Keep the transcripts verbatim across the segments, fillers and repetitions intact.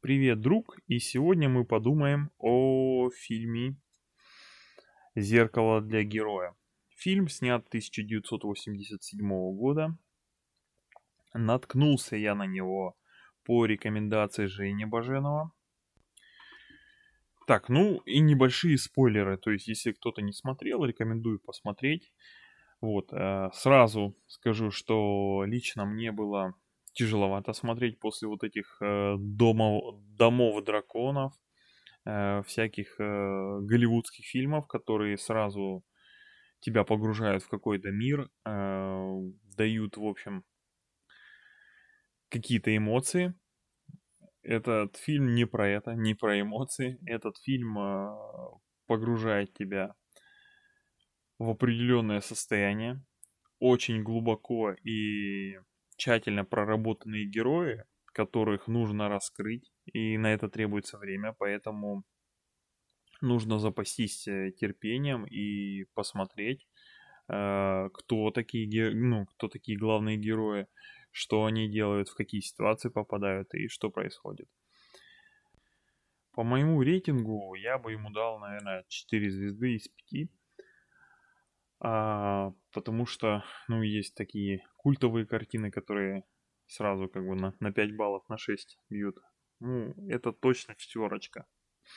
Привет, друг! И сегодня мы подумаем о фильме «Зеркало для героя». Фильм снят тысяча девятьсот восемьдесят седьмого года. Наткнулся я на него по рекомендации Жени Баженова. Так, ну и небольшие спойлеры. То есть, если кто-то не смотрел, рекомендую посмотреть. Вот, э, сразу скажу, что лично мне было тяжеловато смотреть после вот этих э, домов, домов драконов, э, всяких э, голливудских фильмов, которые сразу тебя погружают в какой-то мир, э, дают, в общем, какие-то эмоции. Этот фильм не про это, не про эмоции. Этот фильм э, погружает тебя в определенное состояние. Очень глубоко и тщательно проработанные герои, которых нужно раскрыть, и на это требуется время, поэтому нужно запастись э, терпением и посмотреть, э, кто такие, ге- ну, кто такие главные герои, что они делают, в какие ситуации попадают и что происходит. По моему рейтингу я бы ему дал, наверное, четыре звезды из пяти, а, потому что, ну, есть такие культовые картины, которые сразу как бы на, на пять баллов, на шесть бьют. Ну, это точно четверочка.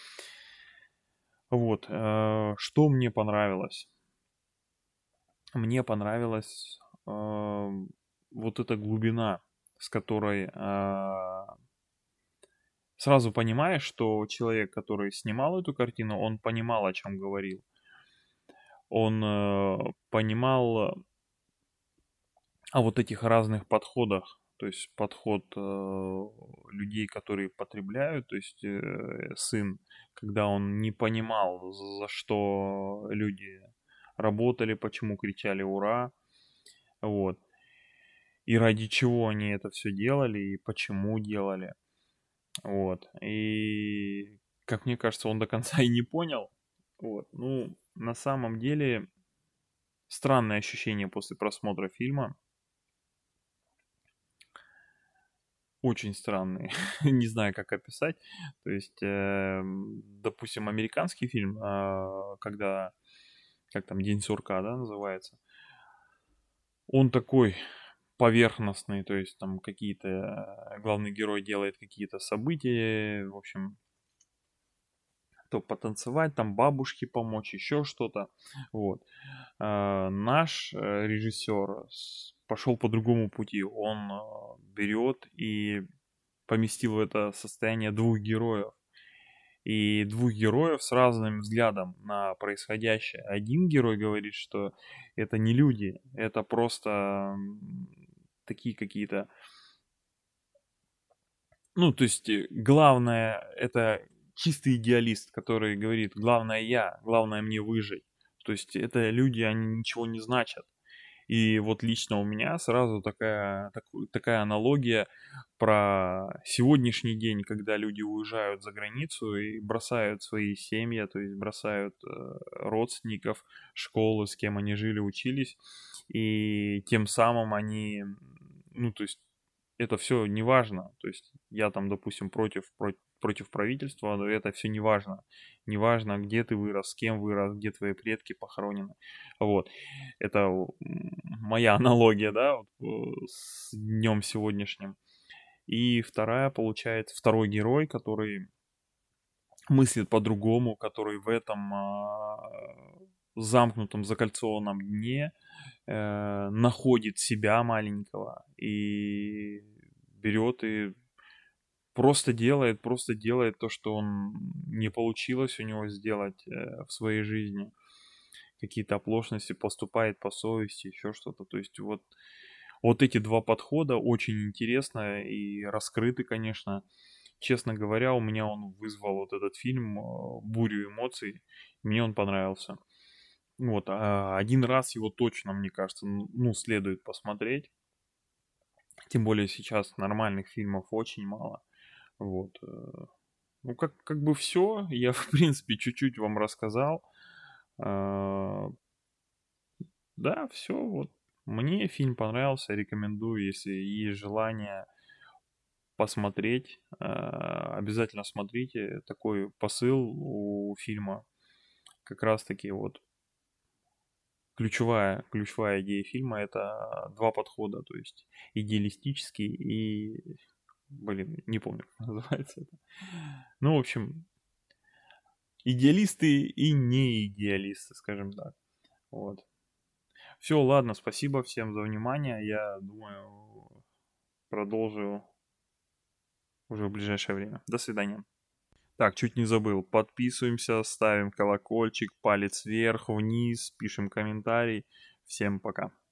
Вот, э, что мне понравилось? Мне понравилась э, вот эта глубина, с которой э, сразу понимаешь, что человек, который снимал эту картину, он понимал, о чем говорил. Он э, понимал о вот этих разных подходах. То есть подход э, людей, которые потребляют, то есть э, сын, когда он не понимал, за что люди работали, почему кричали «Ура!», вот. И ради чего они это все делали, и почему делали. Вот. И, как мне кажется, он до конца и не понял. Вот. Ну, на самом деле, странное ощущение после просмотра фильма. Очень странные. Не знаю, как описать. То есть, эм, допустим, американский фильм, а, когда, как там, «День сурка», да, называется, он такой поверхностный, то есть там какие-то, э, главный герой делает какие-то события, в общем, то потанцевать, там бабушке помочь, еще что-то. Вот. А, наш э, режиссер с- пошел по другому пути. Он э, берет и поместил в это состояние двух героев. И двух героев с разным взглядом на происходящее. Один герой говорит, что это не люди, это просто м, такие какие-то. Ну, то есть, э, главное, это чистый идеалист, который говорит, главное я, главное мне выжить. То есть, это люди, они ничего не значат. И вот лично у меня сразу такая, таку- такая аналогия про сегодняшний день, когда люди уезжают за границу и бросают свои семьи, то есть бросают э, родственников, школы, с кем они жили, учились, и тем самым они, м, ну, то есть это все не важно. То есть я там, допустим, против, про- против правительства, но это все не важно. Не важно, где ты вырос, с кем вырос, где твои предки похоронены. Вот. Это м, моя аналогия, да, вот, э, с днем сегодняшним. И вторая, получается, второй герой, который мыслит по-другому, который в этом а, замкнутом, закольцованном дне э, находит себя маленького и берет и просто делает, просто делает то, что он не получилось у него сделать э, в своей жизни. Какие-то оплошности, поступает по совести, еще что-то. То есть вот, вот эти два подхода очень интересно и раскрыты, конечно. Честно говоря, у меня он вызвал вот этот фильм э, бурю эмоций. Мне он понравился. Вот, а один раз его точно, мне кажется, н- ну, следует посмотреть. Тем более сейчас нормальных фильмов очень мало. Вот. э, Ну, как, как бы все. Я, в принципе, чуть-чуть вам рассказал. А, Да, все. Вот. Мне фильм понравился. Рекомендую, если есть желание посмотреть. А, обязательно смотрите. Такой посыл у фильма. Как раз-таки вот ключевая, ключевая идея фильма — это два подхода, то есть идеалистический и, блин, не помню, как называется это. Ну, в общем, идеалисты и не идеалисты, скажем так. Вот. Все, ладно, спасибо всем за внимание. Я думаю, продолжу уже в ближайшее время. До свидания. Так, чуть не забыл. Подписываемся, ставим колокольчик, палец вверх, вниз, пишем комментарий. Всем пока.